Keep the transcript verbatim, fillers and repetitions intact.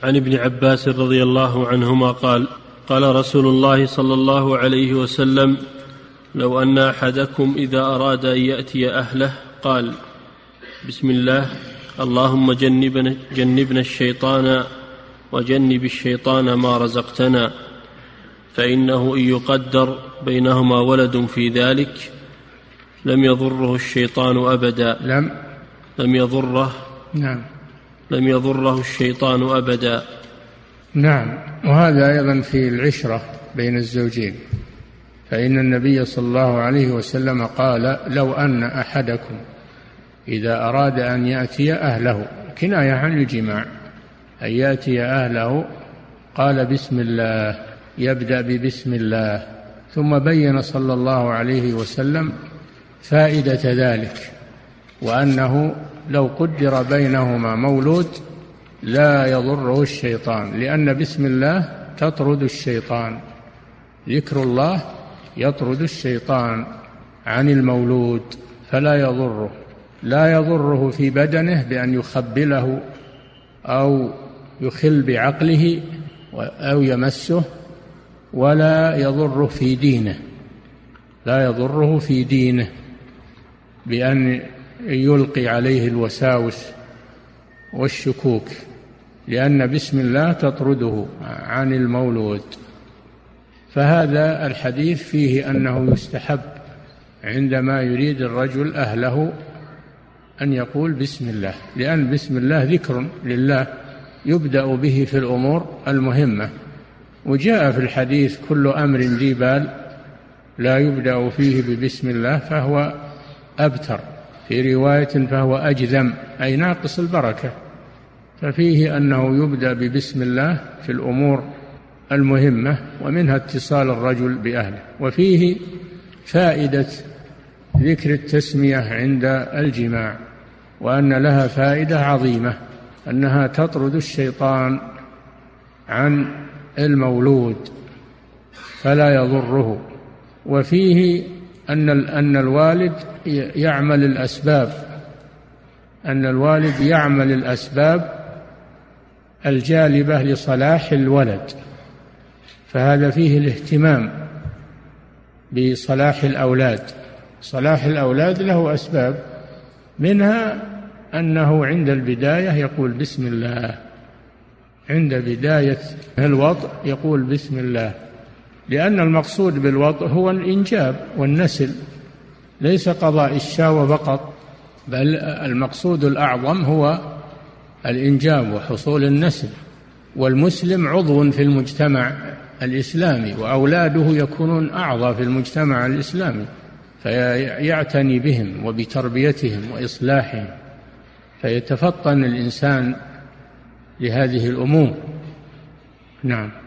عن ابن عباس رضي الله عنهما قال قال رسول الله صلى الله عليه وسلم لو أن أحدكم إذا أراد أن يأتي أهله قال بسم الله اللهم جنبنا, جنبنا الشيطان وجنب الشيطان ما رزقتنا، فإنه إن يقدر بينهما ولد في ذلك لم يضره الشيطان أبدا لم لم يضره نعم لم يضره الشيطان أبدا. نعم. وهذا أيضا في العشرة بين الزوجين، فإن النبي صلى الله عليه وسلم قال لو أن أحدكم إذا أراد أن يأتي أهله، كناية عن الجماع، أن يأتي أهله قال بسم الله، يبدأ ببسم الله، ثم بين صلى الله عليه وسلم فائدة ذلك، وأنه لو قدر بينهما مولود لا يضره الشيطان، لأن بسم الله تطرد الشيطان، ذكر الله يطرد الشيطان عن المولود فلا يضره، لا يضره في بدنه بأن يخبله أو يخل بعقله أو يمسه، ولا يضره في دينه، لا يضره في دينه بأن يلقي عليه الوساوس والشكوك، لأن بسم الله تطرده عن المولود. فهذا الحديث فيه أنه يستحب عندما يريد الرجل أهله أن يقول بسم الله، لأن بسم الله ذكر لله يبدأ به في الأمور المهمة، وجاء في الحديث كل أمر ذي بال لا يبدأ فيه ببسم الله فهو أبتر، في رواية فهو أجذم، أي ناقص البركة. ففيه أنه يبدأ ببسم الله في الأمور المهمة، ومنها اتصال الرجل بأهله. وفيه فائدة ذكر التسمية عند الجماع، وأن لها فائدة عظيمة، أنها تطرد الشيطان عن المولود فلا يضره. وفيه أن أن الوالد يعمل الأسباب أن الوالد يعمل الأسباب الجالبة لصلاح الولد، فهذا فيه الاهتمام بصلاح الأولاد. صلاح الأولاد له أسباب، منها أنه عند البداية يقول بسم الله، عند بداية الوضع يقول بسم الله، لأن المقصود بالوضع هو الإنجاب والنسل، ليس قضاء الشهوة فقط، بل المقصود الأعظم هو الإنجاب وحصول النسل. والمسلم عضو في المجتمع الإسلامي، وأولاده يكونون أعضى في المجتمع الإسلامي، فيعتني بهم وبتربيتهم وإصلاحهم، فيتفطن الإنسان لهذه الأمور. نعم.